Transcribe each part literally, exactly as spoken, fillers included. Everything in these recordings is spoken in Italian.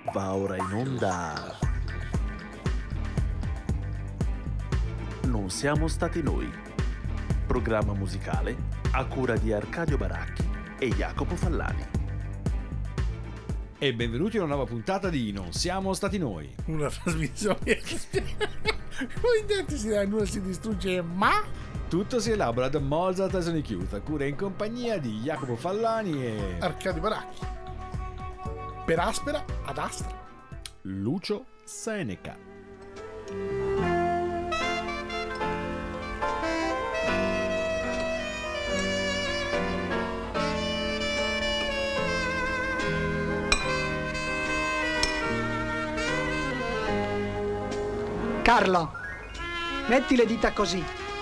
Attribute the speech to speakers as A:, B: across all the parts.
A: Va ora in onda. Non siamo stati noi. Programma musicale a cura di Arcadio Baracchi e Jacopo Fallani.
B: E benvenuti a una nuova puntata di Non siamo stati noi.
C: Una trasmissione come in denti si dà, nulla si distrugge, ma
B: tutto si elabora da Mozart e Sonic Youth, a cura in compagnia di Jacopo Fallani e
C: Arcadio Baracchi. Per aspera ad astra
B: Lucio Seneca.
D: Carlo, metti le dita così.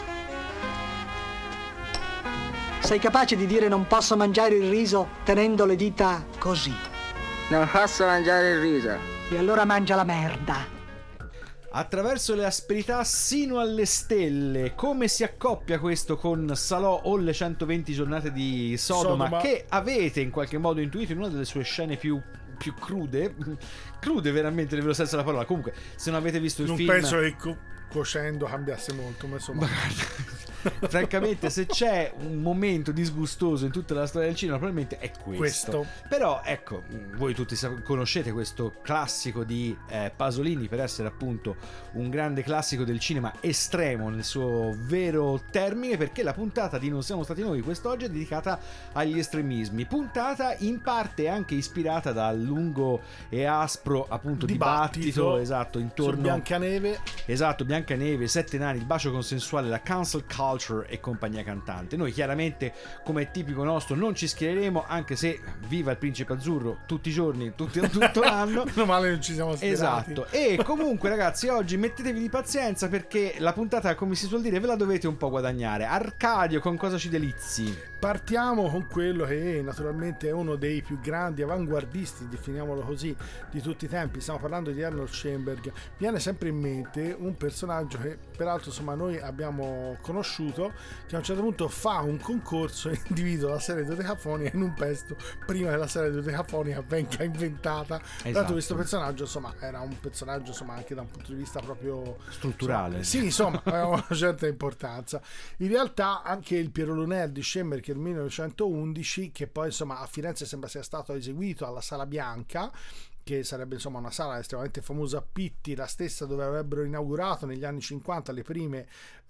D: Sei capace di dire non posso mangiare il riso tenendo le dita così?
E: Non posso mangiare il riso.
D: E allora mangia la merda.
B: Attraverso le asperità sino alle stelle. Come si accoppia questo con Salò o le centoventi giornate di Sodoma,
C: Sodoma,
B: che avete in qualche modo intuito in una delle sue scene più più crude crude veramente nel vero senso della parola. Comunque, se non avete visto il
C: non
B: film,
C: non penso che co- cuocendo cambiasse molto, ma insomma
B: francamente, se c'è un momento disgustoso in tutta la storia del cinema, probabilmente è questo.
C: questo.
B: Però ecco, voi tutti conoscete questo classico di eh, Pasolini per essere appunto un grande classico del cinema estremo nel suo vero termine, perché la puntata di Non siamo stati noi quest'oggi è dedicata agli estremismi, puntata in parte anche ispirata dal lungo e aspro appunto dibattito,
C: dibattito
B: esatto, intorno
C: su Biancaneve.
B: Esatto, Biancaneve, Sette Nani, il bacio consensuale, la cancel culture e compagnia cantante. Noi chiaramente, come è tipico nostro, non ci schiereremo, anche se viva il principe azzurro tutti i giorni, tutti, tutto l'anno.
C: Meno male non ci siamo schierati.
B: Esatto. E comunque ragazzi, oggi mettetevi di pazienza, perché la puntata, come si suol dire, ve la dovete un po' guadagnare. Arcadio, con cosa ci delizi?
C: Partiamo con quello che naturalmente è uno dei più grandi avanguardisti, definiamolo così, di tutti i tempi. Stiamo parlando di Arnold Schoenberg. Viene sempre in mente un personaggio che peraltro insomma noi abbiamo conosciuto, che a un certo punto fa un concorso e individua la serie dodecafonica in un pezzo prima che la serie dodecafonica venga inventata.
B: Esatto.
C: Tanto questo personaggio insomma era un personaggio insomma anche da un punto di vista proprio
B: strutturale,
C: insomma, sì, insomma aveva una certa importanza. In realtà anche il Piero Lunaire di Schoenberg, che è il millenovecentoundici, che poi insomma a Firenze sembra sia stato eseguito alla Sala Bianca, che sarebbe insomma una sala estremamente famosa a Pitti, la stessa dove avrebbero inaugurato negli anni cinquanta le prime,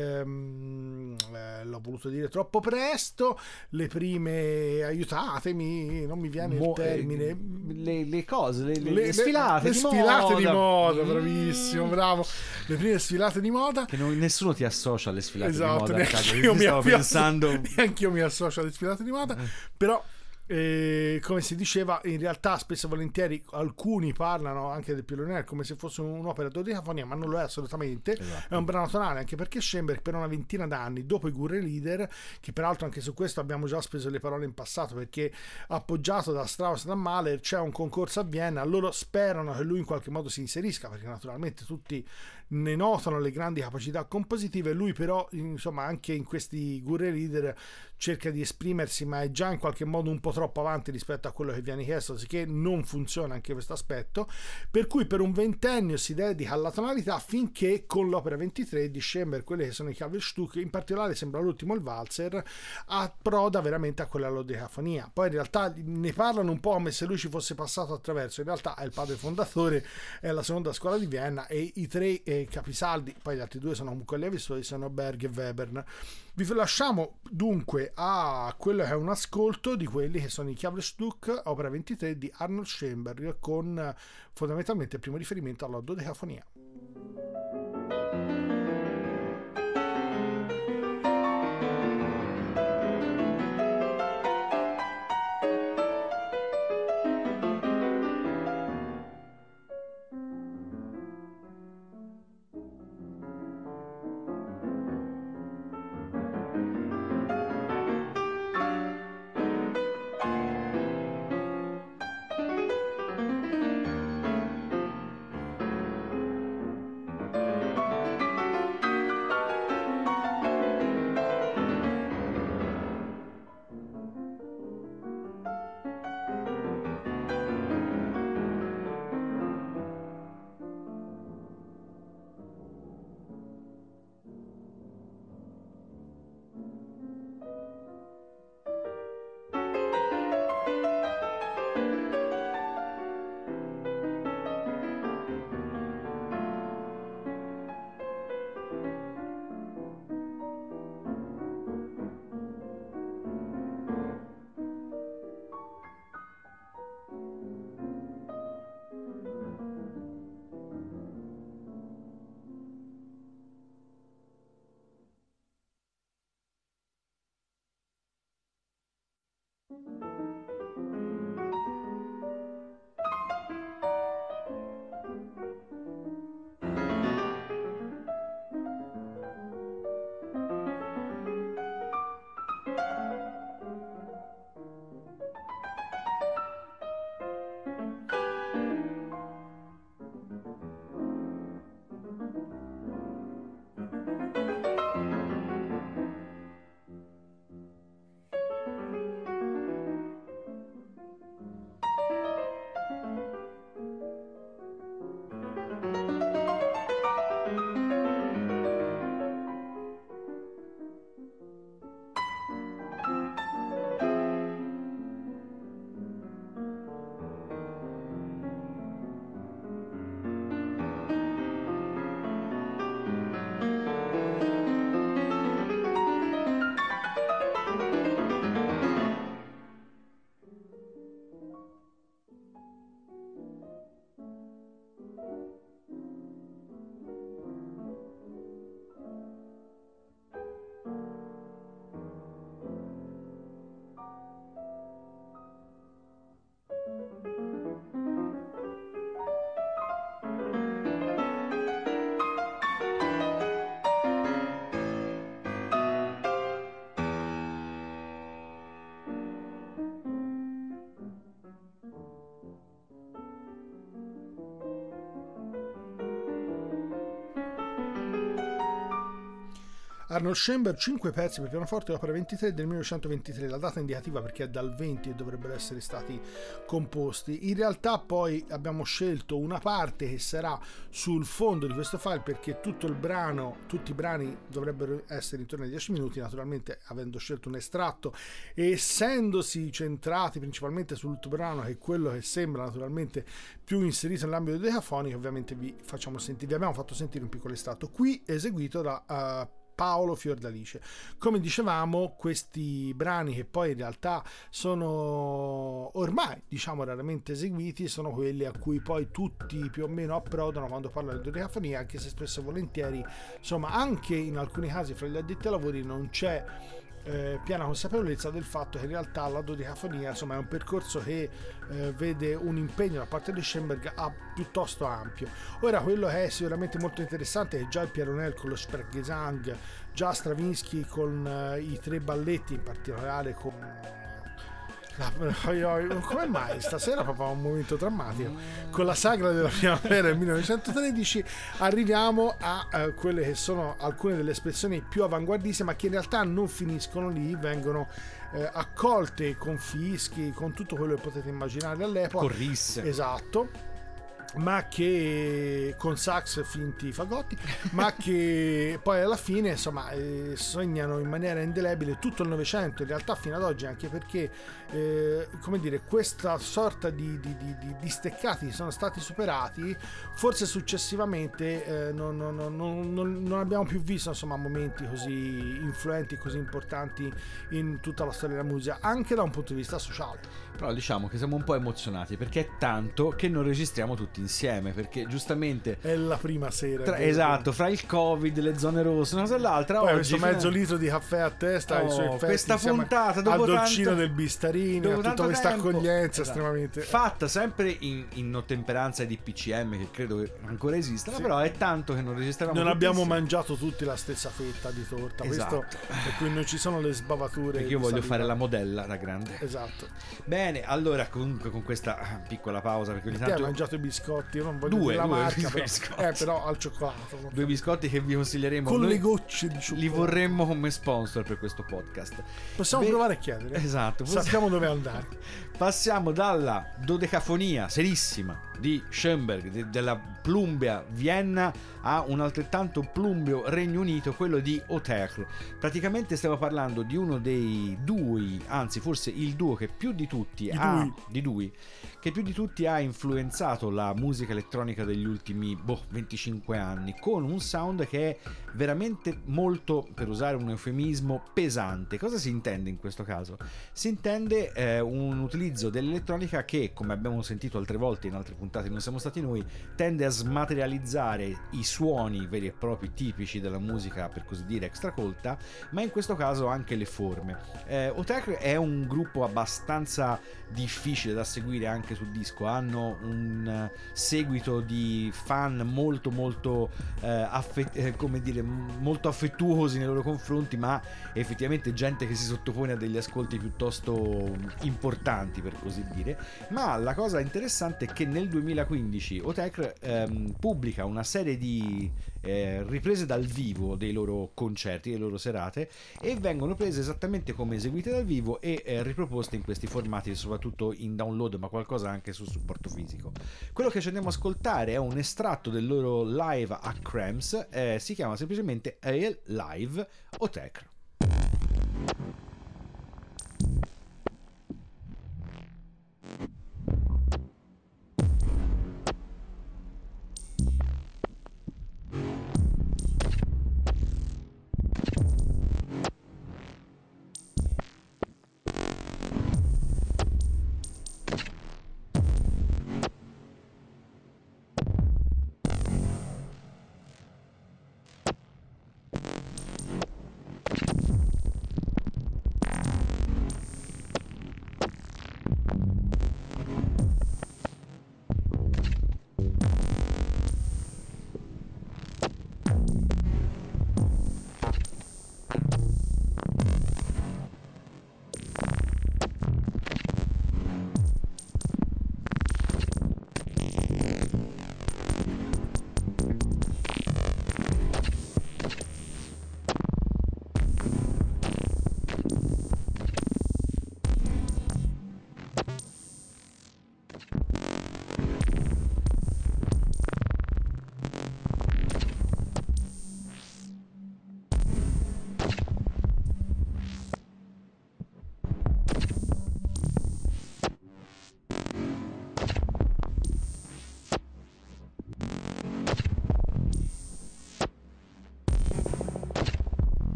C: ehm, eh, l'ho voluto dire troppo presto, le prime, aiutatemi, non mi viene
B: Mo-
C: il termine,
B: le, le cose, le, le,
C: le,
B: le sfilate,
C: le
B: di,
C: sfilate
B: moda.
C: di moda,
B: Mm.
C: bravissimo, bravo, le prime sfilate di moda.
B: Che non, nessuno ti associa alle sfilate
C: Esatto,
B: di moda, Arcadio.
C: io
B: Io
C: mi
B: stavo
C: mi
B: pensando
C: neanche io mi associo alle sfilate di moda, però Eh, come si diceva, in realtà spesso e volentieri alcuni parlano anche del Piero Lunaire come se fosse un'opera dodecafonica, ma non lo è assolutamente.
B: Esatto.
C: È un brano tonale, anche perché Schoenberg per una ventina d'anni dopo i Gurre Leader, che peraltro anche su questo abbiamo già speso le parole in passato, perché appoggiato da Strauss e da Mahler c'è un concorso a Vienna, loro sperano che lui in qualche modo si inserisca, perché naturalmente tutti ne notano le grandi capacità compositive. Lui però insomma anche in questi Gurre Leader cerca di esprimersi, ma è già in qualche modo un po' troppo avanti rispetto a quello che viene chiesto, sicché non funziona anche questo aspetto, per cui per un ventennio si dedica alla tonalità, finché con l'opera ventitré di Schoenberg, quelle che sono i Kavelstück, in particolare sembra l'ultimo il Walzer, approda veramente a quella dodecafonia. Poi in realtà ne parlano un po' come se lui ci fosse passato attraverso, in realtà è il padre fondatore, è la seconda scuola di Vienna, e i tre eh, capisaldi, poi gli altri due sono comunque allievi suoi, sono Berg e Webern. Vi lasciamo dunque a quello che è un ascolto di quelli che sono i Kavelstück, opera ventitré di Arnold Schoenberg, con fondamentalmente il primo riferimento alla dodecafonia. Arnold Schoenberg, cinque pezzi per pianoforte, opera ventitré del millenovecentoventitré, la data indicativa perché è dal venti e dovrebbero essere stati composti. In realtà poi abbiamo scelto una parte che sarà sul fondo di questo file, perché tutto il brano, tutti i brani dovrebbero essere intorno ai dieci minuti, naturalmente avendo scelto un estratto e essendosi centrati principalmente sull'ultimo brano, che è quello che sembra naturalmente più inserito nell'ambito decafonico, ovviamente vi facciamo sentire, vi abbiamo fatto sentire un piccolo estratto qui eseguito da uh, Paolo Fiordalice. Come dicevamo, questi brani, che poi in realtà sono ormai diciamo raramente eseguiti, sono quelli a cui poi tutti più o meno approdano quando parlano di dodecafonia, anche se spesso e volentieri, insomma, anche in alcuni casi fra gli addetti ai lavori non c'è Eh, piena consapevolezza del fatto che in realtà la dodecafonia, insomma, è un percorso che eh, vede un impegno da parte di Schoenberg a piuttosto ampio. Ora, quello che è sicuramente molto interessante è già il Pieronel con lo Sprechgesang, già Stravinsky con eh, i tre balletti, in particolare con come mai stasera proprio un momento drammatico con la sagra della primavera del millenovecentotredici. Arriviamo a uh, quelle che sono alcune delle espressioni più avanguardiste, ma che in realtà non finiscono lì, vengono eh, accolte con fischi, con tutto quello che potete immaginare all'epoca,
B: con risse,
C: esatto, ma che con sax finti fagotti, ma che poi alla fine insomma eh, segnano in maniera indelebile tutto il Novecento, in realtà fino ad oggi, anche perché eh, come dire, questa sorta di, di, di, di steccati sono stati superati, forse successivamente eh, non, non, non, non, non abbiamo più visto insomma momenti così influenti, così importanti in tutta la storia della musica, anche da un punto di vista sociale.
B: Però diciamo che siamo un po' emozionati perché è tanto che non registriamo tutti insieme, perché giustamente
C: è la prima sera,
B: tra, esatto, fra il Covid, le zone rosse, una cosa e l'altra,
C: poi
B: oggi
C: questo mezzo litro di caffè a testa,
B: oh,
C: i suoi effetti,
B: questa puntata dopo
C: al dolcino
B: tanto,
C: del Bistarino, a tutta questa
B: tempo,
C: accoglienza,
B: esatto,
C: estremamente
B: fatta sempre in, in ottemperanza di P C M, che credo che ancora esistano, sì. Però è tanto che non registravamo,
C: non abbiamo
B: insieme.
C: mangiato tutti la stessa fetta di torta,
B: esatto.
C: Questo per cui non ci sono le sbavature,
B: perché io voglio
C: saliva.
B: fare la modella da grande,
C: esatto.
B: Bene, allora comunque con questa piccola pausa, perché ogni
C: te
B: tanto
C: hai mangiato i biscotti, io non voglio
B: due,
C: dire la
B: due
C: marca, però,
B: biscotti.
C: Eh, però al cioccolato,
B: due biscotti che vi consiglieremo
C: con
B: noi,
C: le gocce di cioccolato,
B: li vorremmo come sponsor per questo podcast.
C: Possiamo
B: Beh,
C: provare a chiedere,
B: esatto,
C: sappiamo dove andare.
B: Passiamo dalla dodecafonia serissima di Schoenberg, de- della plumbea Vienna, a un altrettanto plumbeo Regno Unito, quello di Autechre. Praticamente stiamo parlando di uno dei due, anzi forse il duo che più di tutti
C: I
B: ha
C: due.
B: di due che più di tutti ha influenzato la musica elettronica degli ultimi boh, venticinque anni, con un sound che è veramente molto, per usare un eufemismo, pesante. Cosa si intende in questo caso? Si intende eh, un utilizzo dell'elettronica che, come abbiamo sentito altre volte in altre puntate, non siamo stati noi, tende a smaterializzare i suoni veri e propri tipici della musica, per così dire, extracolta, ma in questo caso anche le forme. eh, Autechre è un gruppo abbastanza difficile da seguire anche sul disco, hanno un uh, seguito di fan molto molto eh, affet- eh, come dire, molto affettuosi nei loro confronti, ma effettivamente gente che si sottopone a degli ascolti piuttosto importanti, per così dire. Ma la cosa interessante è che nel duemilaquindici Autechre ehm, pubblica una serie di eh, riprese dal vivo dei loro concerti, delle loro serate, e vengono prese esattamente come eseguite dal vivo e eh, riproposte in questi formati, soprattutto in download, ma qualcosa anche sul supporto fisico. Quello che ci andiamo a ascoltare è un estratto del loro live a Cramps, eh, si chiama semplicemente Ale Live Autechre.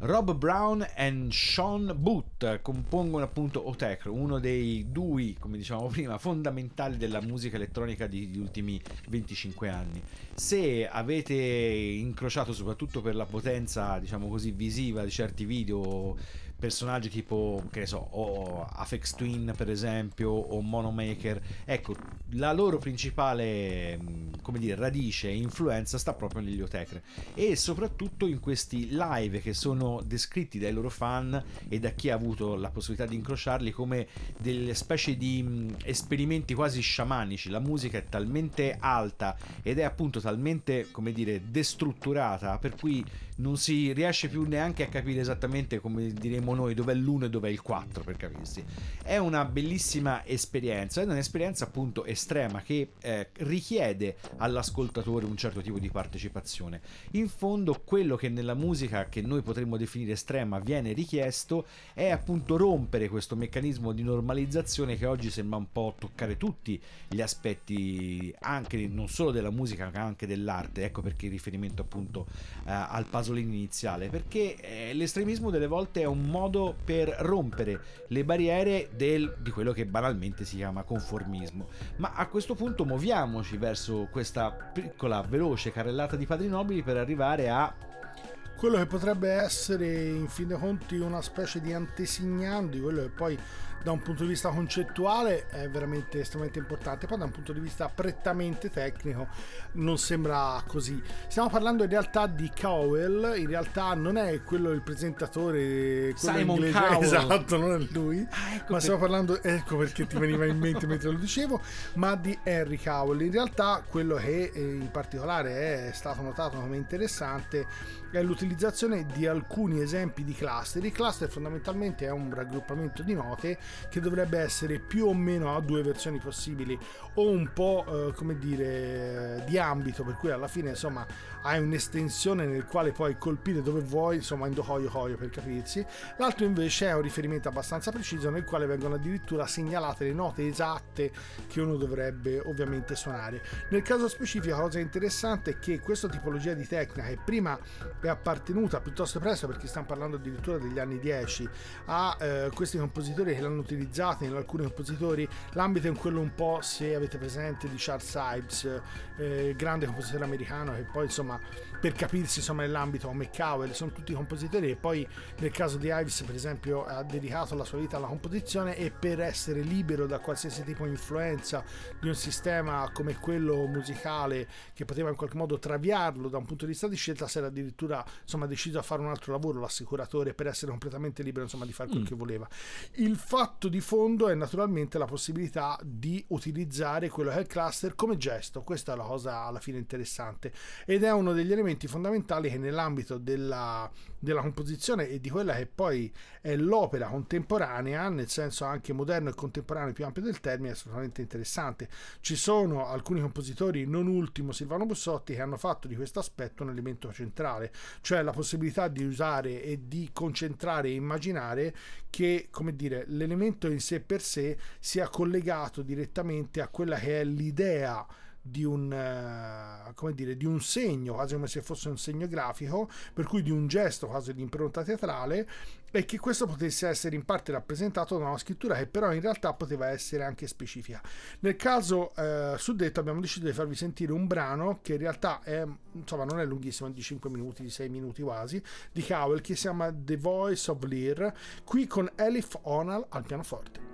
B: Rob Brown e Sean Booth compongono appunto Autechre, uno dei due, come dicevamo prima, fondamentali della musica elettronica degli ultimi venticinque anni. Se avete incrociato, soprattutto per la potenza, diciamo così, visiva di certi video, personaggi tipo, che ne so, o Aphex Twin per esempio, o Monomaker, ecco, la loro principale, come dire, radice e influenza sta proprio negli Autechre, e soprattutto in questi live che sono descritti dai loro fan e da chi ha avuto la possibilità di incrociarli come delle specie di mh, esperimenti quasi sciamanici. La musica è talmente alta ed è appunto talmente, come dire, destrutturata, per cui non si riesce più neanche a capire esattamente, come diremo noi, dov'è l'uno e dov'è il quattro, per capirsi. È una bellissima esperienza, è un'esperienza appunto estrema che eh, richiede all'ascoltatore un certo tipo di partecipazione. In fondo quello che nella musica che noi potremmo definire estrema viene richiesto è appunto rompere questo meccanismo di normalizzazione che oggi sembra un po' toccare tutti gli aspetti, anche non solo della musica ma anche dell'arte. Ecco perché il riferimento appunto eh, al Pasolini iniziale, perché eh, l'estremismo delle volte è un modo per rompere le barriere del, di quello che banalmente si chiama conformismo. Ma a questo punto muoviamoci verso questa piccola veloce carrellata di padri nobili per arrivare a
C: quello che potrebbe essere in fin dei conti una specie di antesignano di quello che poi da un punto di vista concettuale è veramente estremamente importante, poi da un punto di vista prettamente tecnico non sembra così. Stiamo parlando in realtà di Cowell, in realtà non è quello il presentatore, quello
B: Simon
C: inglese,
B: Cowell.
C: esatto, non è lui,
B: ah, ecco
C: ma
B: per...
C: stiamo parlando, ecco perché ti veniva in mente mentre lo dicevo, ma di Henry Cowell. In realtà quello che in particolare è stato notato come interessante è l'utilizzazione di alcuni esempi di cluster. Il cluster fondamentalmente è un raggruppamento di note che dovrebbe essere più o meno a due versioni possibili, o un po' eh, come dire di ambito, per cui alla fine insomma hai un'estensione nel quale puoi colpire dove vuoi, insomma in do hoyo hoyo per capirsi. L'altro invece è un riferimento abbastanza preciso nel quale vengono addirittura segnalate le note esatte che uno dovrebbe ovviamente suonare. Nel caso specifico la cosa interessante è che questa tipologia di tecnica, che prima è appartenuta piuttosto presto, perché stiamo parlando addirittura degli anni dieci, a eh, questi compositori che l'hanno utilizzata, in alcuni compositori l'ambito è quello un po', se avete presente, di Charles Ives, eh, grande compositore americano che poi insomma per capirsi insomma nell'ambito come Cowell sono tutti compositori e poi nel caso di Ives per esempio ha dedicato la sua vita alla composizione, e per essere libero da qualsiasi tipo di influenza di un sistema come quello musicale che poteva in qualche modo traviarlo da un punto di vista di scelta, si era addirittura insomma deciso a fare un altro lavoro, l'assicuratore, per essere completamente libero insomma di fare quel mm. che voleva. Il fatto di fondo è naturalmente la possibilità di utilizzare quello che è il cluster come gesto. Questa è la cosa alla fine interessante ed è uno degli elementi fondamentali che nell'ambito della, della composizione e di quella che poi è l'opera contemporanea, nel senso anche moderno e contemporaneo più ampio del termine, è assolutamente interessante. Ci sono alcuni compositori, non ultimo Silvano Bussotti, che hanno fatto di questo aspetto un elemento centrale, cioè la possibilità di usare e di concentrare e immaginare che, come dire, l'elemento in sé per sé sia collegato direttamente a quella che è l'idea di un uh, come dire di un segno, quasi come se fosse un segno grafico, per cui di un gesto quasi di impronta teatrale, e che questo potesse essere in parte rappresentato da una scrittura che però in realtà poteva essere anche specifica. Nel caso uh, suddetto abbiamo deciso di farvi sentire un brano che in realtà è, insomma, non è lunghissimo, è di cinque minuti, di sei minuti quasi, di Cowell, che si chiama The Voice of Lear, qui con Elif Onal al pianoforte.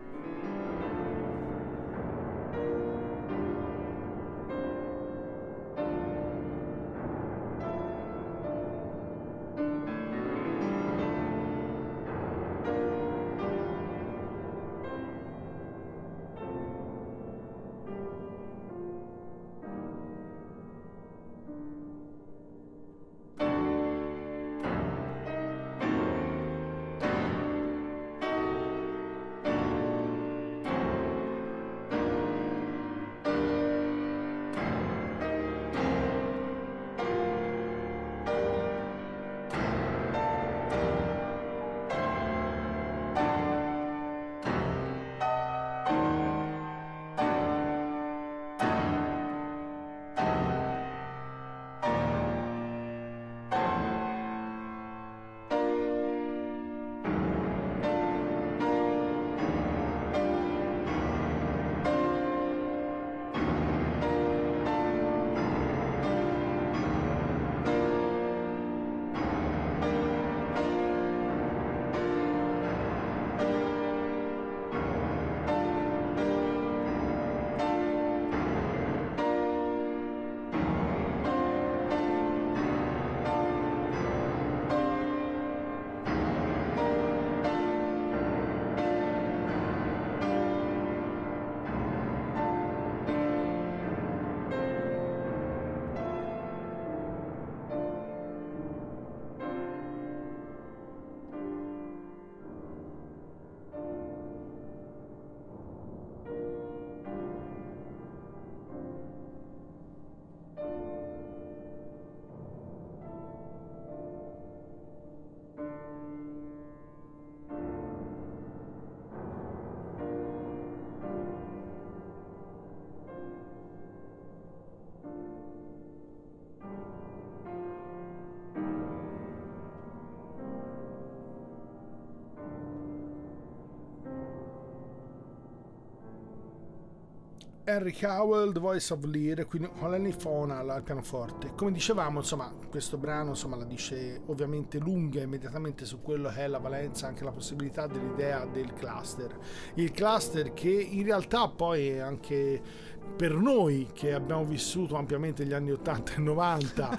C: Henry Cowell, The Voice of Lear, quindi con Lenny Fona al pianoforte. Come dicevamo, insomma, questo brano insomma la dice ovviamente lunga immediatamente su quello che è la valenza, anche la possibilità dell'idea del cluster. Il cluster che in realtà poi è anche per noi che abbiamo vissuto ampiamente gli anni ottanta e novanta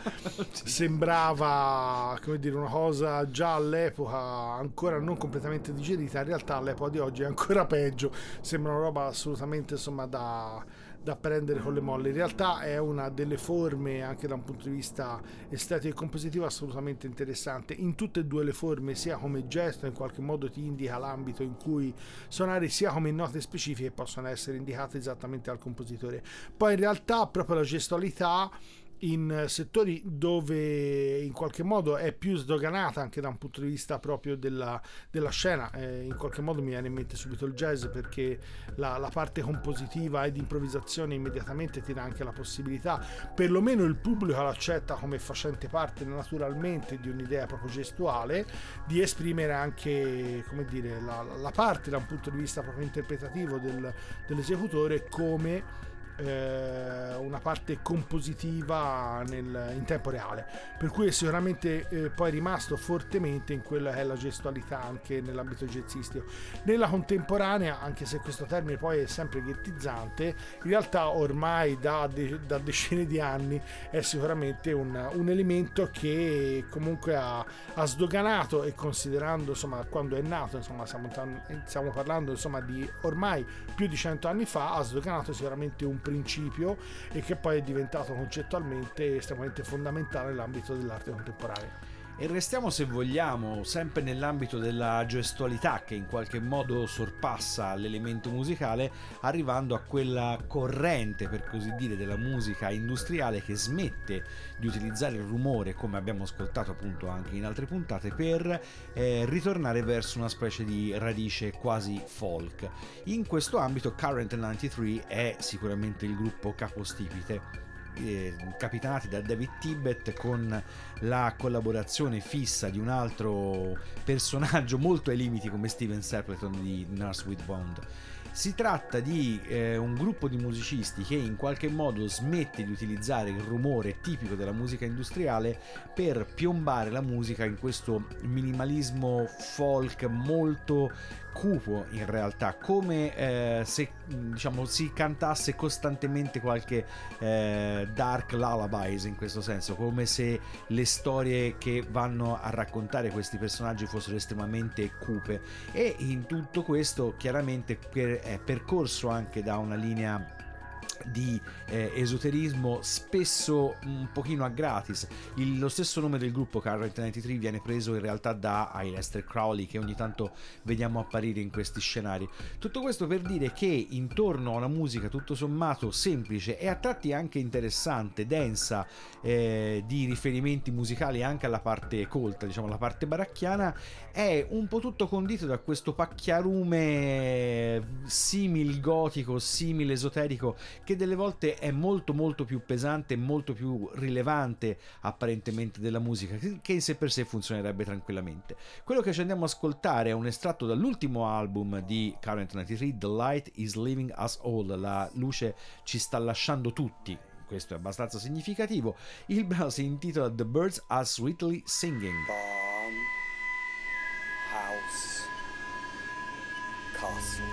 C: sembrava, come dire, una cosa già all'epoca ancora non completamente digerita. In realtà all'epoca di oggi è ancora peggio, sembra una roba assolutamente insomma da, da prendere con le molle. In realtà è una delle forme, anche da un punto di vista estetico e compositivo, assolutamente interessante in tutte e due le forme, sia come gesto, in qualche modo ti indica l'ambito in cui suonare, sia come note specifiche che possono essere indicate esattamente al compositore. Poi in realtà proprio la gestualità in settori dove in qualche modo è più sdoganata anche da un punto di vista proprio della, della scena, eh, in qualche modo mi viene in mente subito il jazz, perché la, la parte compositiva e di improvvisazione immediatamente ti dà anche la possibilità, perlomeno il pubblico l'accetta come facente parte naturalmente di un'idea proprio gestuale, di esprimere anche, come dire, la, la parte da un punto di vista proprio interpretativo del, dell'esecutore come Eh, una parte compositiva nel, in tempo reale, per cui è sicuramente eh, poi rimasto fortemente in quella che è la gestualità anche nell'ambito jazzistico. Nella contemporanea, anche se questo termine poi è sempre ghettizzante, in realtà ormai da, de, da decine di anni è sicuramente un, un elemento che comunque ha, ha sdoganato, e considerando insomma quando è nato, insomma stiamo, stiamo parlando insomma di ormai più di cento anni fa, ha sdoganato sicuramente un principio e che poi è diventato concettualmente estremamente fondamentale nell'ambito dell'arte contemporanea.
B: E restiamo, se vogliamo, sempre nell'ambito della gestualità che in qualche modo sorpassa l'elemento musicale, arrivando a quella corrente, per così dire, della musica industriale che smette di utilizzare il rumore, come abbiamo ascoltato appunto anche in altre puntate, per eh, ritornare verso una specie di radice quasi folk. In questo ambito Current novantatré è sicuramente il gruppo capostipite, Eh, capitanati da David Tibet, con la collaborazione fissa di un altro personaggio molto ai limiti come Steven Stapleton di Nurse with Bond. Si tratta di eh, un gruppo di musicisti che in qualche modo smette di utilizzare il rumore tipico della musica industriale per piombare la musica in questo minimalismo folk molto cupo, in realtà, come eh, se diciamo si cantasse costantemente qualche eh, dark lullabies, in questo senso, come se le storie che vanno a raccontare questi personaggi fossero estremamente cupe. E in tutto questo chiaramente per, è percorso anche da una linea di eh, esoterismo spesso un pochino a gratis. Il, lo stesso nome del gruppo Current novantatré viene preso in realtà da Aleister Crowley, che ogni tanto vediamo apparire in questi scenari. Tutto questo per dire che intorno a una musica tutto sommato semplice e a tratti anche interessante, densa eh, di riferimenti musicali anche alla parte colta, diciamo la parte baracchiana, è un po' tutto condito da questo pacchiarume simil gotico, simil esoterico, che delle volte è molto molto più pesante, molto più rilevante apparentemente della musica, che in sé per sé funzionerebbe tranquillamente. Quello che ci andiamo a ascoltare è un estratto dall'ultimo album di Current novantatré, The Light is Leaving Us All, la luce ci sta lasciando tutti. Questo è abbastanza significativo. Il brano si intitola The Birds Are Sweetly Singing.
F: Barn, house, castle.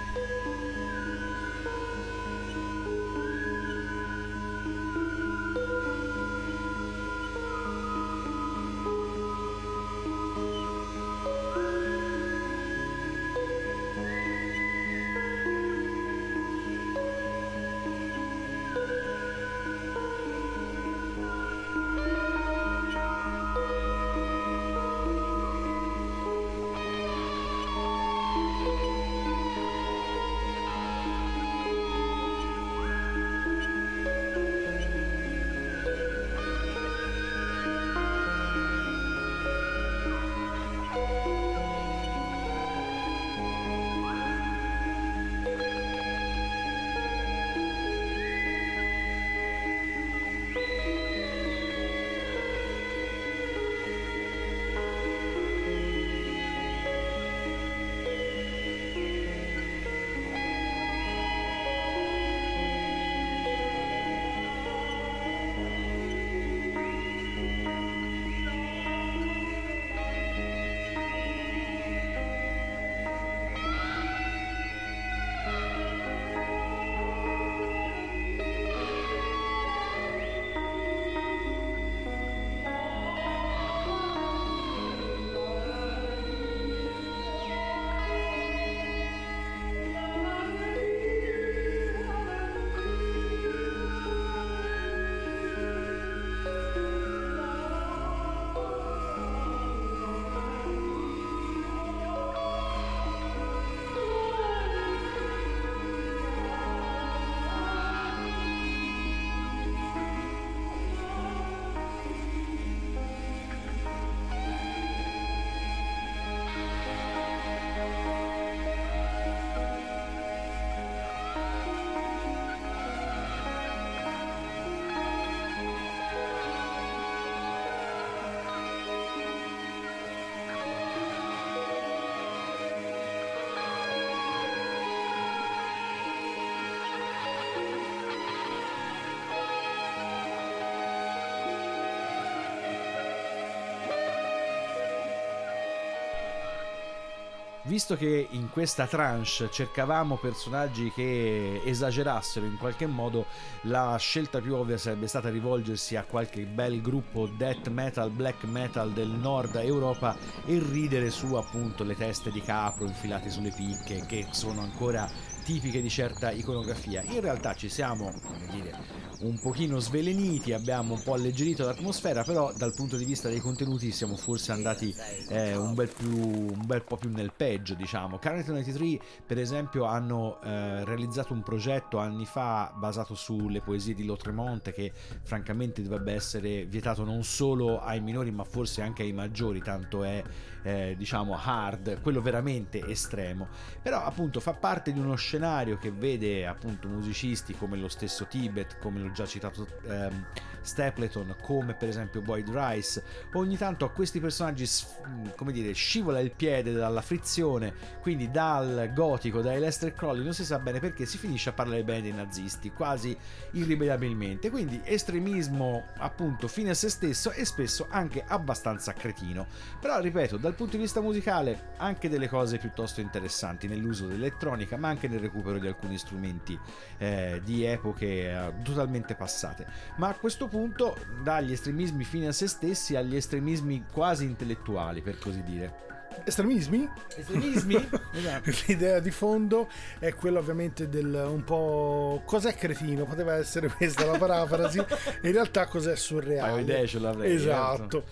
B: visto che in questa tranche cercavamo personaggi che esagerassero in qualche modo, la scelta più ovvia sarebbe stata rivolgersi a qualche bel gruppo death metal, black metal del nord Europa e ridere su appunto le teste di capro infilate sulle picche, che sono ancora tipiche di certa iconografia. In realtà ci siamo, come dire, un pochino sveleniti, abbiamo un po' alleggerito l'atmosfera, però dal punto di vista dei contenuti siamo forse andati eh, un bel più un bel po' più nel peggio, diciamo. Carnage novantatré per esempio hanno eh, realizzato un progetto anni fa basato sulle poesie di Lautréamont, che francamente dovrebbe essere vietato non solo ai minori ma forse anche ai maggiori, tanto è eh, diciamo hard, quello veramente estremo. Però appunto fa parte di uno scenario che vede appunto musicisti come lo stesso Tibet, come l'ho già citato ehm, Stapleton, come per esempio Boyd Rice. Ogni tanto a questi personaggi come dire scivola il piede dalla frizione, quindi dal gotico, dai Lester Crowley, non si sa bene perché si finisce a parlare bene dei nazisti quasi irrimediabilmente, quindi estremismo appunto fine a se stesso e spesso anche abbastanza cretino. Però ripeto, dal punto di vista musicale anche delle cose piuttosto interessanti nell'uso dell'elettronica, ma anche nel recupero di alcuni strumenti eh, di epoche eh, totalmente passate. Ma a questo punto dagli estremismi fine a se stessi agli estremismi quasi intellettuali, per così dire.
C: Estremismi?
B: Estremismi? Esatto.
C: L'idea di fondo è quella ovviamente del un po' cos'è cretino, poteva essere questa la parafrasi, in realtà cos'è surreale.
B: Poi idee ce l'avrei.
C: Esatto.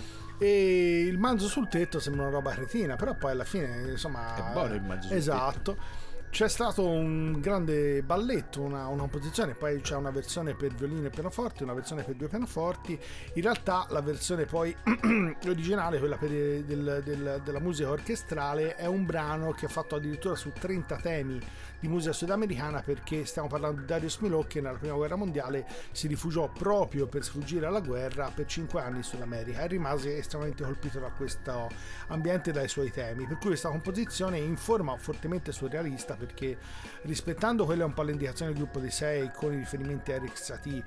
C: E il manzo sul tetto sembra una roba cretina, però poi alla fine insomma
B: è buono il manzo sul
C: esatto
B: tetto.
C: C'è stato un grande balletto, una, una composizione, poi c'è una versione per violino e pianoforti, una versione per due pianoforti. In realtà la versione poi originale, quella per del, del, della musica orchestrale, è un brano che è fatto addirittura su trenta temi di musica sudamericana, perché stiamo parlando di Darius Milhaud, che nella prima guerra mondiale si rifugiò proprio per sfuggire alla guerra per cinque anni in Sud America e rimase estremamente colpito da questo ambiente e dai suoi temi, per cui questa composizione in forma fortemente surrealista, perché rispettando quelle un po' le indicazioni del gruppo dei sei con i riferimenti a Eric Satie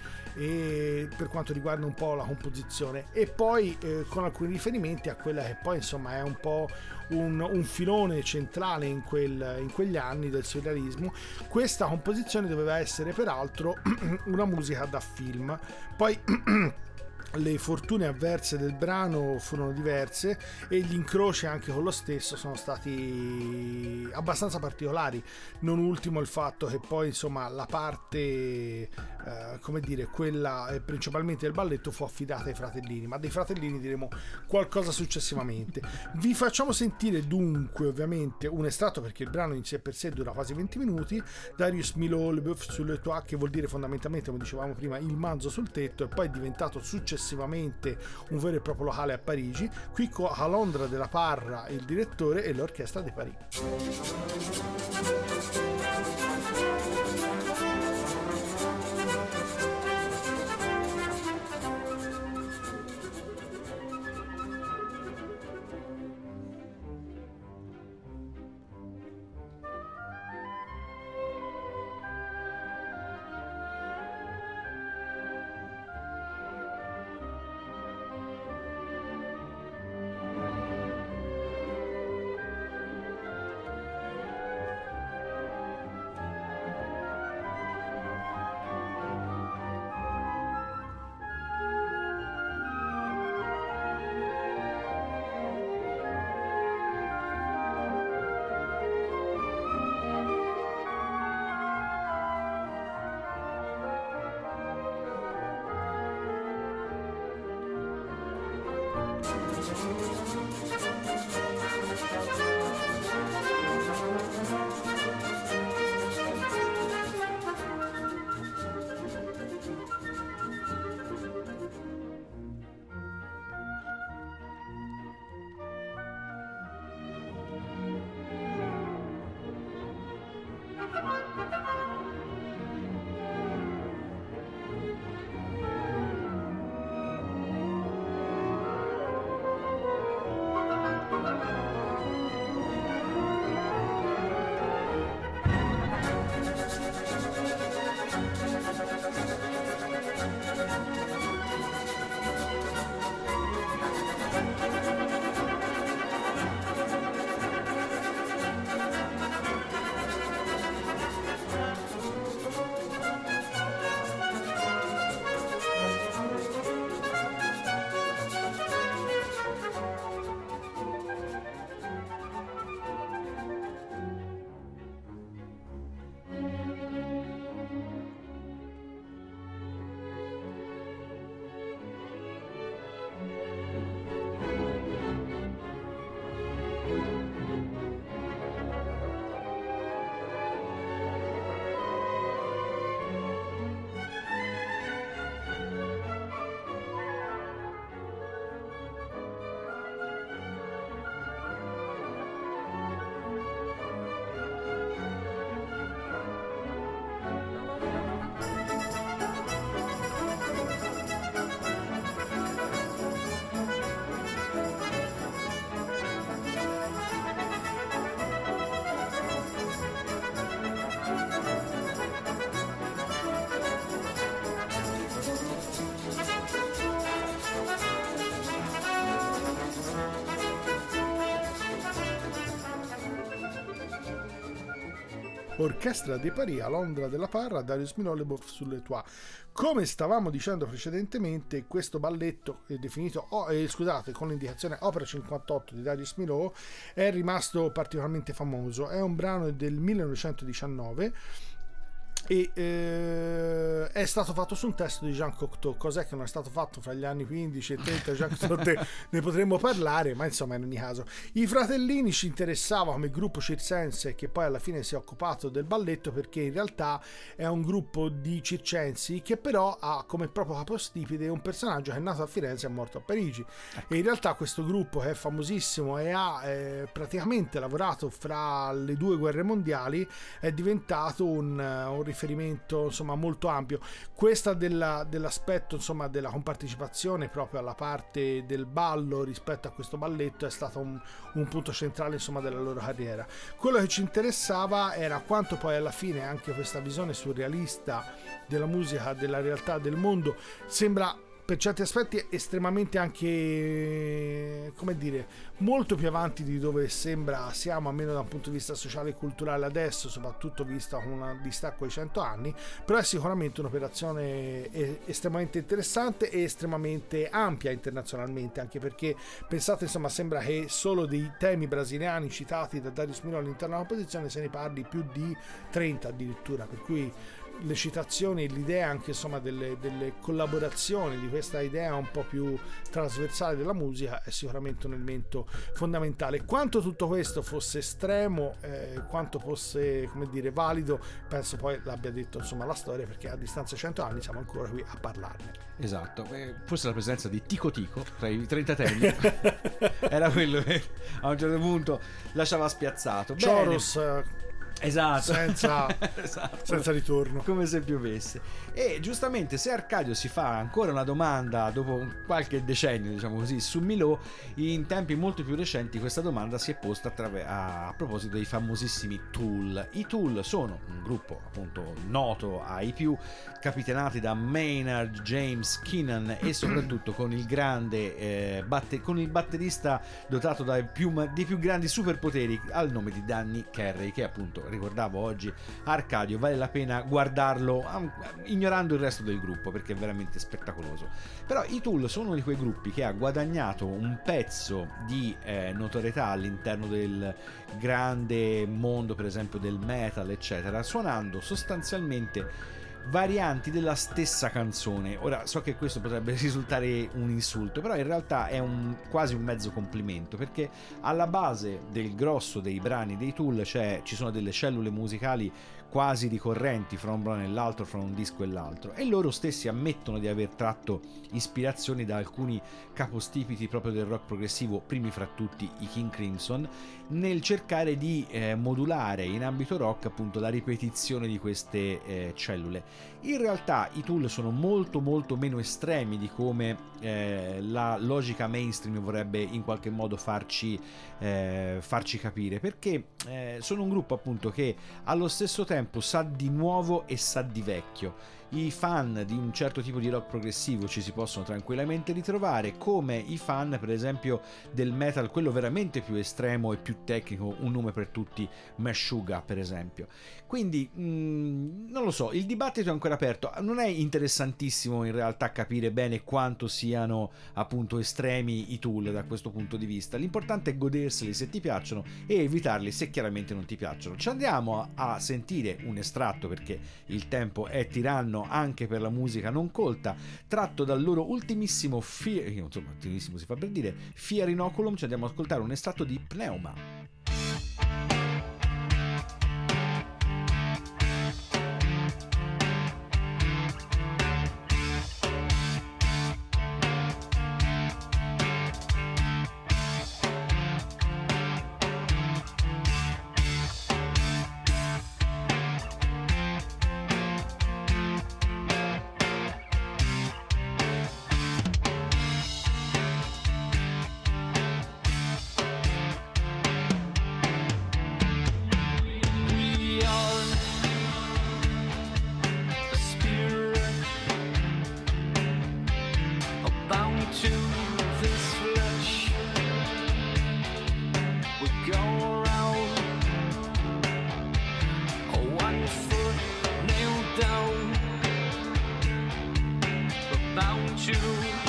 C: e per quanto riguarda un po' la composizione, e poi eh, con alcuni riferimenti a quella che poi insomma è un po' un, un filone centrale in, quel, in quegli anni del surrealismo. Questa composizione doveva essere peraltro una musica da film, poi le fortune avverse del brano furono diverse e gli incroci anche con lo stesso sono stati abbastanza particolari, non ultimo il fatto che poi insomma la parte eh, come dire quella eh, principalmente del balletto fu affidata ai fratellini, ma dei fratellini diremo qualcosa successivamente. Vi facciamo sentire dunque ovviamente un estratto, perché il brano in sé per sé dura quasi venti minuti. Darius Milhaud, Le Boeuf sur le toit, che vuol dire fondamentalmente, come dicevamo prima, il manzo sul tetto, e poi è diventato successivamente un vero e proprio locale a Parigi, qui a Londra della Parra il direttore e l'orchestra di Parigi. Orchestra de Paris, a Londra della Parra, Darius Milhaud, Le Boeuf sur le Toit. Come stavamo dicendo precedentemente, questo balletto è definito, oh, eh, scusate, con l'indicazione Opera cinquantotto di Darius Milhaud, è rimasto particolarmente famoso. È un brano del millenovecentodiciannove e eh, è stato fatto su un testo di Jean Cocteau. Cos'è che non è stato fatto fra gli anni quindici e trenta? Jean Cocteau, ne, ne potremmo parlare, ma insomma in ogni caso i Fratellini ci interessava come gruppo circense che poi alla fine si è occupato del balletto, perché in realtà è un gruppo di circensi che però ha come proprio capostipite un personaggio che è nato a Firenze e è morto a Parigi. E in realtà questo gruppo, che è famosissimo e ha eh, praticamente lavorato fra le due guerre mondiali, è diventato un, un riferimento insomma molto ampio. Questa della, dell'aspetto insomma della compartecipazione proprio alla parte del ballo rispetto a questo balletto è stato un, un punto centrale insomma della loro carriera. Quello che ci interessava era quanto poi alla fine anche questa visione surrealista della musica, della realtà del mondo, sembra per certi aspetti estremamente anche, come dire, molto più avanti di dove sembra siamo, almeno da un punto di vista sociale e culturale adesso, soprattutto vista con un distacco di cento anni, però è sicuramente un'operazione estremamente interessante e estremamente ampia internazionalmente, anche perché pensate insomma sembra che solo dei temi brasiliani citati da Darius Milhaud all'interno della composizione se ne parli più di trenta addirittura, per cui le citazioni, l'idea anche insomma delle, delle collaborazioni, di questa idea un po' più trasversale della musica è sicuramente un elemento fondamentale. Quanto tutto questo fosse estremo, eh, quanto fosse, come dire, valido, penso poi l'abbia detto insomma la storia, perché a distanza di cento anni siamo ancora qui a parlarne.
B: Esatto, forse la presenza di Tico Tico tra i trentatenni era quello che a un certo punto lasciava spiazzato.
C: Choros,
B: esatto.
C: Senza,
B: esatto,
C: senza ritorno,
B: come se piovesse. E giustamente, se Arcadio si fa ancora una domanda dopo qualche decennio, diciamo così, su Milhaud, in tempi molto più recenti questa domanda si è posta attraver- a, a proposito dei famosissimi Tool. I Tool sono un gruppo appunto noto ai più, capitanati da Maynard James Keenan e soprattutto con il grande eh, batte- con il batterista dotato dai più, dei più grandi superpoteri al nome di Danny Carey, che appunto ricordavo oggi Arcadio, vale la pena guardarlo ignorando il resto del gruppo perché è veramente spettacoloso. Però i Tool sono uno di quei gruppi che ha guadagnato un pezzo di eh, notorietà all'interno del grande mondo, per esempio del metal eccetera, suonando sostanzialmente varianti della stessa canzone. Ora so che questo potrebbe risultare un insulto, però in realtà è un, quasi un mezzo complimento, perché alla base del grosso dei brani dei Tool c'è, ci sono delle cellule musicali quasi ricorrenti fra un brano e l'altro, fra un disco e l'altro, e loro stessi ammettono di aver tratto ispirazioni da alcuni capostipiti proprio del rock progressivo, primi fra tutti i King Crimson, nel cercare di eh, modulare in ambito rock appunto la ripetizione di queste eh, cellule. In realtà i Tool sono molto molto meno estremi di come eh, la logica mainstream vorrebbe in qualche modo farci, eh, farci capire, perché eh, sono un gruppo appunto che allo stesso tempo sa di nuovo e sa di vecchio. I fan di un certo tipo di rock progressivo ci si possono tranquillamente ritrovare, come i fan per esempio del metal, quello veramente più estremo e più tecnico, un nome per tutti, Meshuggah per esempio. Quindi mh, non lo so, il dibattito è ancora aperto, non è interessantissimo in realtà capire bene quanto siano appunto estremi i Tool da questo punto di vista. L'importante è goderseli se ti piacciono e evitarli se chiaramente non ti piacciono. Ci andiamo a, a sentire un estratto, perché il tempo è tiranno anche per la musica non colta, tratto dal loro ultimissimo Fear, insomma ultimissimo si fa per dire, Fear Inoculum. Ci andiamo ad ascoltare un estratto di Pneuma.
F: want you.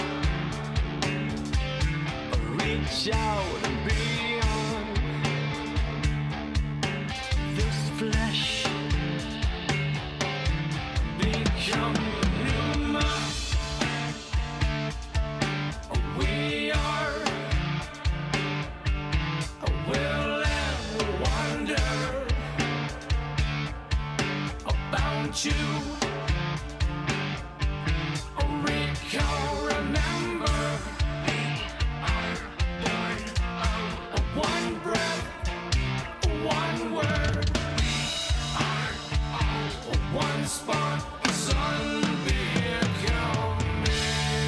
F: Reach out and beyond this flesh. Become human. We are. We'll ever wonder about you. Recall, remember, one breath, one word, one spark, sun become me.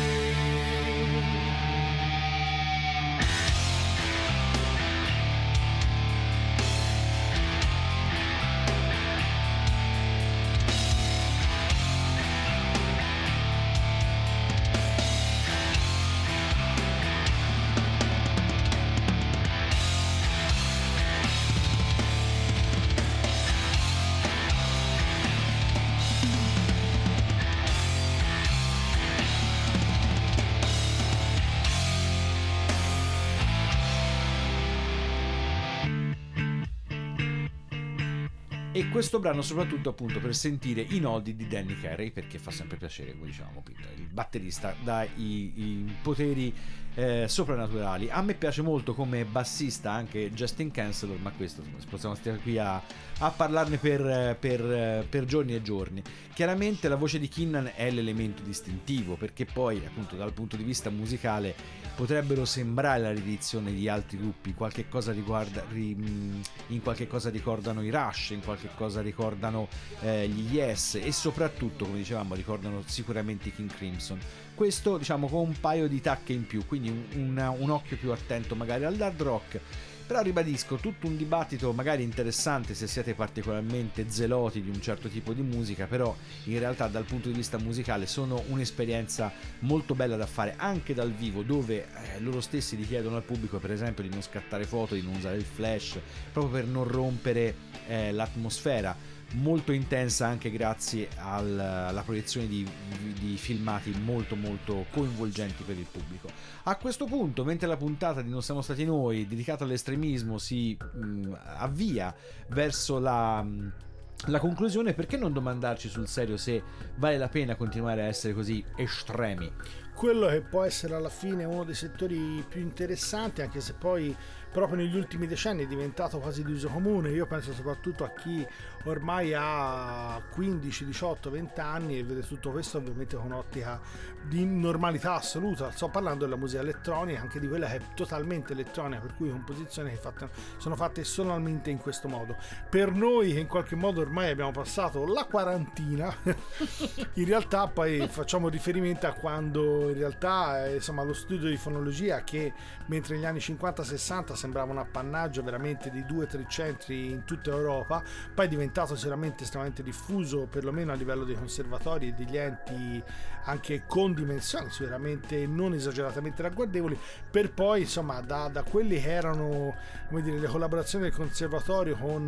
B: E questo brano soprattutto appunto per sentire i nodi di Danny Carey, perché fa sempre piacere, come dicevamo prima, il batterista dà i, i poteri eh, soprannaturali. A me piace molto come bassista anche Justin Chancellor, ma questo possiamo stare qui a, a parlarne per, per, per giorni e giorni. Chiaramente la voce di Keenan è l'elemento distintivo, perché poi appunto dal punto di vista musicale potrebbero sembrare la riedizione di altri gruppi, qualche cosa riguarda, ri, in qualche cosa ricordano i Rush, in qualche cosa ricordano eh, gli Yes, e soprattutto, come dicevamo, ricordano sicuramente i King Crimson. Questo diciamo con un paio di tacche in più, quindi un, una, un occhio più attento magari al hard rock. Però ribadisco, tutto un dibattito magari interessante se siete particolarmente zeloti di un certo tipo di musica, però in realtà dal punto di vista musicale sono un'esperienza molto bella da fare anche dal vivo, dove eh, loro stessi richiedono al pubblico per esempio di non scattare foto, di non usare il flash, proprio per non rompere eh, l'atmosfera. Molto intensa anche grazie al, alla proiezione di, di filmati molto molto coinvolgenti per il pubblico. A questo punto, mentre la puntata di Non siamo stati noi dedicata all'estremismo si mh, avvia verso la mh, la conclusione, perché non domandarci sul serio se vale la pena continuare a essere così estremi?
C: Quello che può essere alla fine uno dei settori più interessanti, anche se poi proprio negli ultimi decenni è diventato quasi di uso comune. Io penso soprattutto a chi ormai ha quindici, diciotto, venti anni e vede tutto questo ovviamente con un'ottica di normalità assoluta. Sto parlando della musica elettronica, anche di quella che è totalmente elettronica, per cui composizioni che fatte, sono fatte solamente in questo modo. Per noi che in qualche modo ormai abbiamo passato la quarantina, in realtà poi facciamo riferimento a quando in realtà insomma lo studio di fonologia, che mentre negli anni cinquanta sessanta sembrava un appannaggio veramente di due o tre centri in tutta Europa, poi è diventato sicuramente estremamente diffuso, perlomeno a livello dei conservatori e degli enti anche con dimensioni sicuramente non esageratamente ragguardevoli, per poi insomma da, da quelli che erano, come dire, le collaborazioni del conservatorio con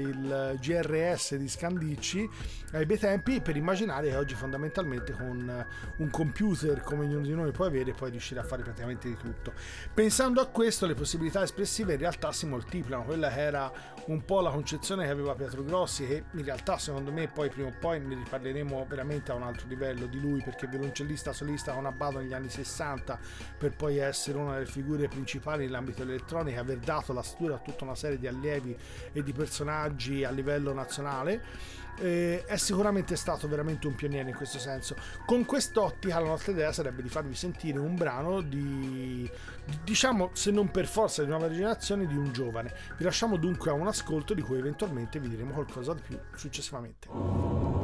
C: il G R S di Scandicci ai bei tempi, per immaginare che oggi fondamentalmente con un computer come ognuno di noi può avere puoi riuscire a fare praticamente di tutto. Pensando a questo, le possibilità espressive in realtà si moltiplicano. Quella che era un po' la concezione che aveva Pietro Grossi, che in realtà secondo me poi prima o poi ne riparleremo veramente a un altro livello di lui, perché violoncellista solista con Abbado negli anni sessanta, per poi essere una delle figure principali nell'ambito dell'elettronica, aver dato la stura a tutta una serie di allievi e di personaggi a livello nazionale. Eh, è sicuramente stato veramente un pioniere in questo senso. Con quest'ottica la nostra idea sarebbe di farvi sentire un brano di, di diciamo, se non per forza di nuova generazione, di un giovane. Vi lasciamo dunque a un ascolto di cui eventualmente vi diremo qualcosa di più successivamente.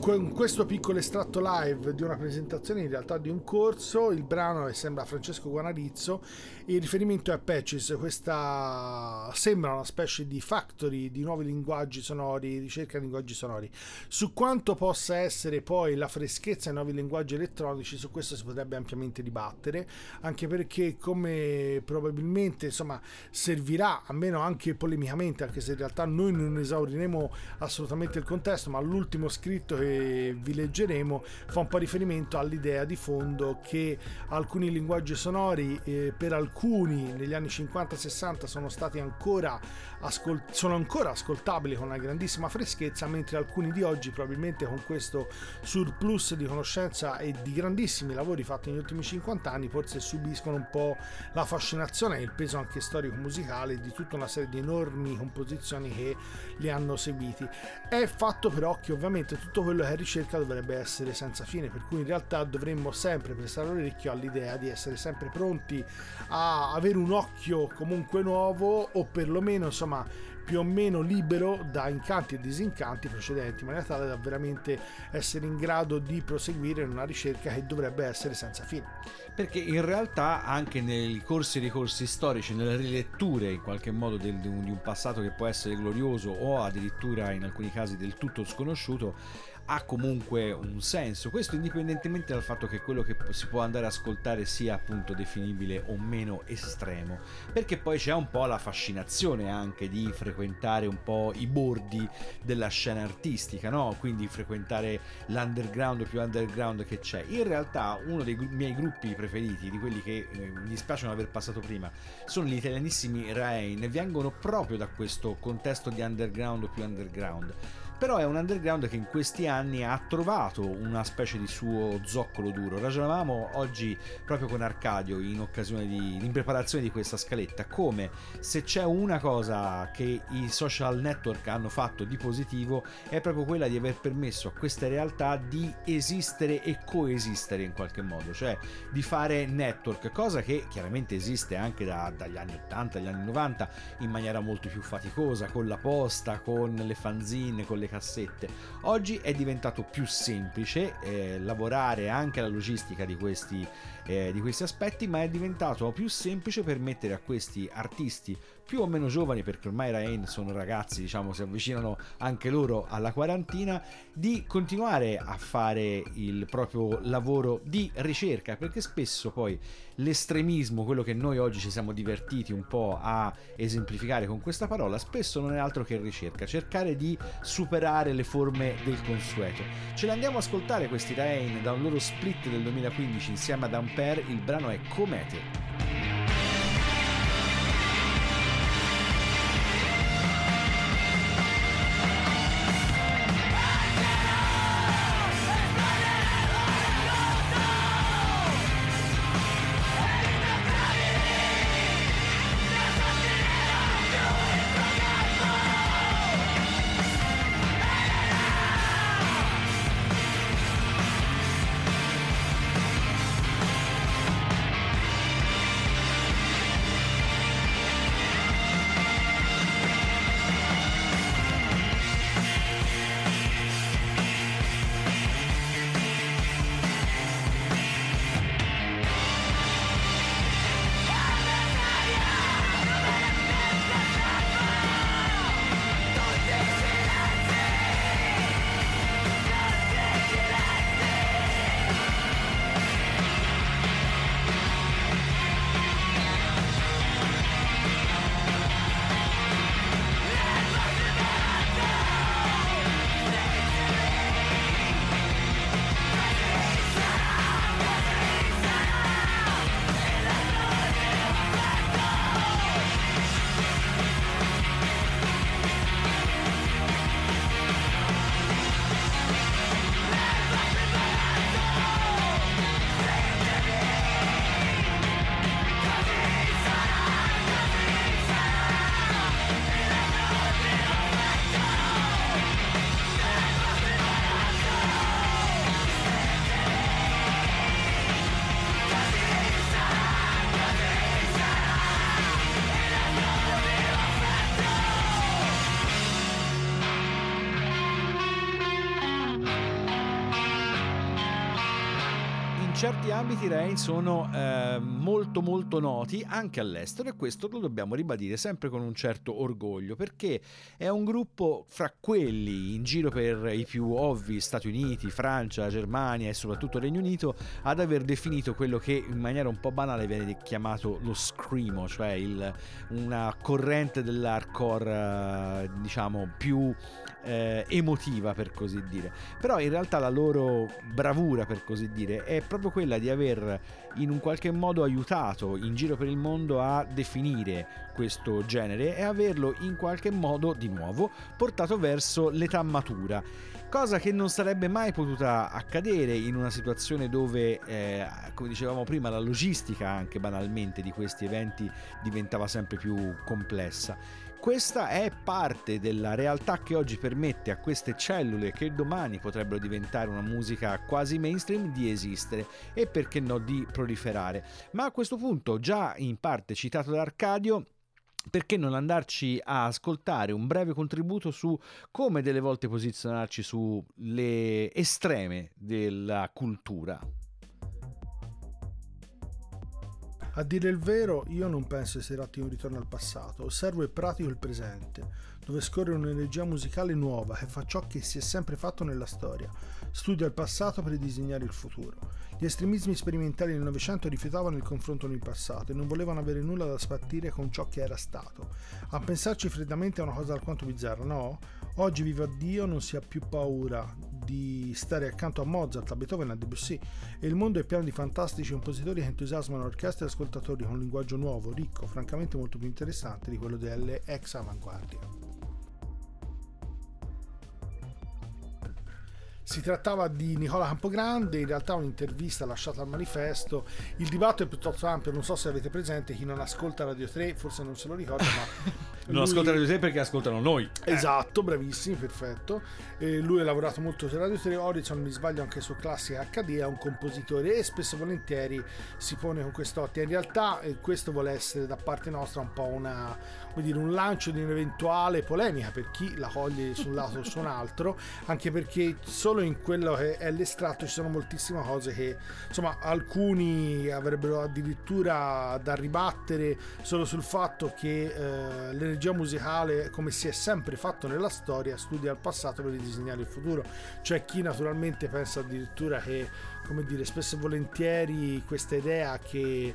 C: con questo piccolo estratto live di una presentazione, in realtà di un corso. Il brano è sembra Francesco Guanarizzo, il riferimento è a Patches, questa sembra una specie di factory di nuovi linguaggi sonori, ricerca di linguaggi sonori. Su quanto possa essere poi la freschezza ai nuovi linguaggi elettronici, su questo si potrebbe ampiamente dibattere, anche perché, come probabilmente insomma servirà, almeno anche polemicamente, anche se in realtà noi non esauriremo assolutamente il contesto, ma l'ultimo scritto che vi leggeremo fa un po' riferimento all'idea di fondo che alcuni linguaggi sonori eh, per alcuni negli anni cinquanta sessanta sono stati ancora ascol- sono ancora ascoltabili con una grandissima freschezza, mentre alcuni di oggi, probabilmente con questo surplus di conoscenza e di grandissimi lavori fatti negli ultimi cinquanta anni, forse subiscono un po' la fascinazione e il peso anche storico musicale di tutta una serie di enormi composizioni che li hanno seguiti. È fatto però che ovviamente tutto quello che è ricerca dovrebbe essere senza fine, per cui in realtà dovremmo sempre prestare l'orecchio all'idea di essere sempre pronti a avere un occhio comunque nuovo, o perlomeno insomma più o meno libero da incanti e disincanti precedenti, in maniera tale da veramente essere in grado di proseguire in una ricerca che dovrebbe essere senza fine.
B: Perché in realtà anche nei corsi e ricorsi storici, nelle riletture in qualche modo del, di un passato che può essere glorioso o addirittura in alcuni casi del tutto sconosciuto, ha comunque un senso, questo indipendentemente dal fatto che quello che si può andare ad ascoltare sia appunto definibile o meno estremo, perché poi c'è un po' la fascinazione anche di frequentare un po' i bordi della scena artistica, no? Quindi frequentare l'underground più underground che c'è. In realtà uno dei gru- miei gruppi preferiti, di quelli che eh, mi dispiace non aver passato prima, sono gli italianissimi Rain, e vengono proprio da questo contesto di underground più underground. Però è un underground che in questi anni ha trovato una specie di suo zoccolo duro. Ragionavamo oggi proprio con Arcadio in occasione di in preparazione di questa scaletta, come se c'è una cosa che i social network hanno fatto di positivo è proprio quella di aver permesso a queste realtà di esistere e coesistere in qualche modo, cioè di fare network, cosa che chiaramente esiste anche da, dagli anni ottanta, agli anni novanta in maniera molto più faticosa, con la posta, con le fanzine, con le cassette. Oggi è diventato più semplice eh, lavorare anche alla logistica di questi, eh, di questi aspetti, ma è diventato più semplice permettere a questi artisti più o meno giovani, perché ormai i Rain sono ragazzi, diciamo, si avvicinano anche loro alla quarantina, di continuare a fare il proprio lavoro di ricerca, perché spesso poi l'estremismo, quello che noi oggi ci siamo divertiti un po' a esemplificare con questa parola, spesso non è altro che ricerca, cercare di superare le forme del consueto. Ce li andiamo a ascoltare questi Rain da un loro split del duemilaquindici insieme ad Ampere, il brano è Comete.
F: Hey!
B: certi ambiti Rain sono eh, molto molto noti anche all'estero, e questo lo dobbiamo ribadire sempre con un certo orgoglio, perché è un gruppo fra quelli in giro per i più ovvi Stati Uniti, Francia, Germania e soprattutto Regno Unito ad aver definito quello che in maniera un po' banale viene chiamato lo screamo, cioè il, una corrente dell'hardcore eh, diciamo più eh, emotiva, per così dire. Però in realtà la loro bravura, per così dire, è proprio quella di aver in un qualche modo aiutato in giro per il mondo a definire questo genere e averlo in qualche modo di nuovo portato verso l'età matura, cosa che non sarebbe mai potuta accadere in una situazione dove eh, come dicevamo prima, la logistica anche banalmente di questi eventi diventava sempre più complessa. Questa è parte della realtà che oggi permette a queste cellule, che domani potrebbero diventare una musica quasi mainstream, di esistere e perché no di proliferare. Ma a questo punto, già in parte citato da Arcadio, perché non andarci a ascoltare un breve contributo su come delle volte posizionarci sulle estreme della cultura?
C: A dire il vero, io non penso si tratti di un ritorno al passato, osservo e pratico il presente, dove scorre un'energia musicale nuova che fa ciò che si è sempre fatto nella storia. Studia il passato per disegnare il futuro. Gli estremismi sperimentali del Novecento rifiutavano il confronto con il passato e non volevano avere nulla da spartire con ciò che era stato. A pensarci freddamente è una cosa alquanto bizzarra, no? Oggi, viva Dio, non si ha più paura di stare accanto a Mozart, a Beethoven, a Debussy, e il mondo è pieno di fantastici compositori che entusiasmano orchestre e ascoltatori con un linguaggio nuovo, ricco, francamente molto più interessante di quello delle ex avanguardia. Si trattava di Nicola Campogrande, in realtà un'intervista lasciata al Manifesto. Il dibattito è piuttosto ampio, non so se avete presente, chi non ascolta Radio tre forse non se lo ricorda, ma
B: non
C: lui...
B: ascolta Radio tre perché ascoltano noi.
C: Esatto, bravissimi, perfetto. E lui ha lavorato molto su Radio tre, ora se non mi sbaglio anche su Classica acca di, è un compositore e spesso e volentieri si pone con quest'ottica. In realtà eh, questo vuole essere da parte nostra un po' una, come dire, un lancio di un'eventuale polemica per chi la coglie su un lato o su un altro, anche perché solo in quello che è l'estratto ci sono moltissime cose che insomma alcuni avrebbero addirittura da ribattere solo sul fatto che eh, l'energia musicale, come si è sempre fatto nella storia, studia il passato per disegnare il futuro. C'è chi naturalmente pensa addirittura che, come dire, spesso e volentieri questa idea che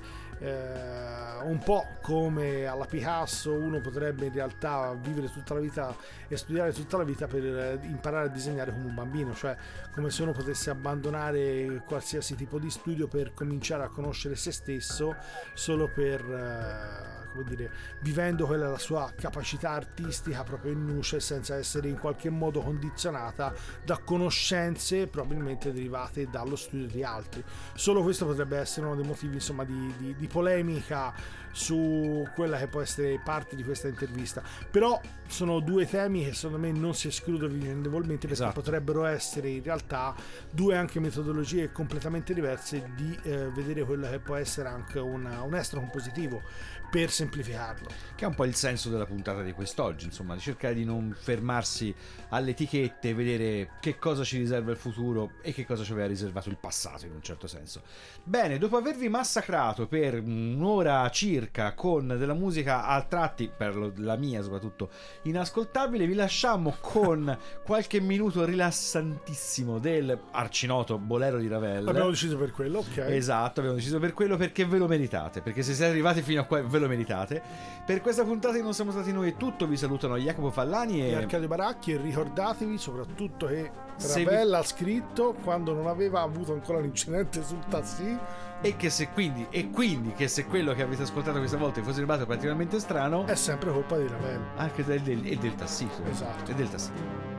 C: Eh, un po' come alla Picasso uno potrebbe in realtà vivere tutta la vita e studiare tutta la vita per imparare a disegnare come un bambino, cioè come se uno potesse abbandonare qualsiasi tipo di studio per cominciare a conoscere se stesso solo per eh, come dire, vivendo quella la sua capacità artistica proprio in nuce, senza essere in qualche modo condizionata da conoscenze probabilmente derivate dallo studio di altri. Solo questo potrebbe essere uno dei motivi insomma di, di, di polemica su quella che può essere parte di questa intervista. Però sono due temi che secondo me non si escludono vicendevolmente, perché esatto, potrebbero essere in realtà due anche metodologie completamente diverse di eh, vedere quello che può essere anche una, un estro compositivo, per semplificarlo,
B: che è un po' il senso della puntata di quest'oggi, insomma, di cercare di non fermarsi alle etichette e vedere che cosa ci riserva il futuro e che cosa ci aveva riservato il passato, in un certo senso. Bene, dopo avervi massacrato per un'ora circa con della musica a tratti, per la mia soprattutto, inascoltabile, vi lasciamo con qualche minuto rilassantissimo del arcinoto Bolero di Ravel.
C: Abbiamo deciso per quello, ok.
B: Esatto, abbiamo deciso per quello, perché ve lo meritate, perché se siete arrivati fino a qua ve lo meritate. Per questa puntata di Non siamo stati noi è tutto, vi salutano Jacopo Fallani e,
C: e Arcadio Baracchi, e ricordatevi soprattutto che
B: Se
C: Ravel
B: vi...
C: ha scritto quando non aveva avuto ancora l'incidente sul taxi,
B: e che se quindi e quindi che se quello che avete ascoltato questa volta fosse rimasto particolarmente strano,
C: è sempre colpa di Ravel.
B: anche del, del, e del tassista.
C: Esatto.
B: E del tassista.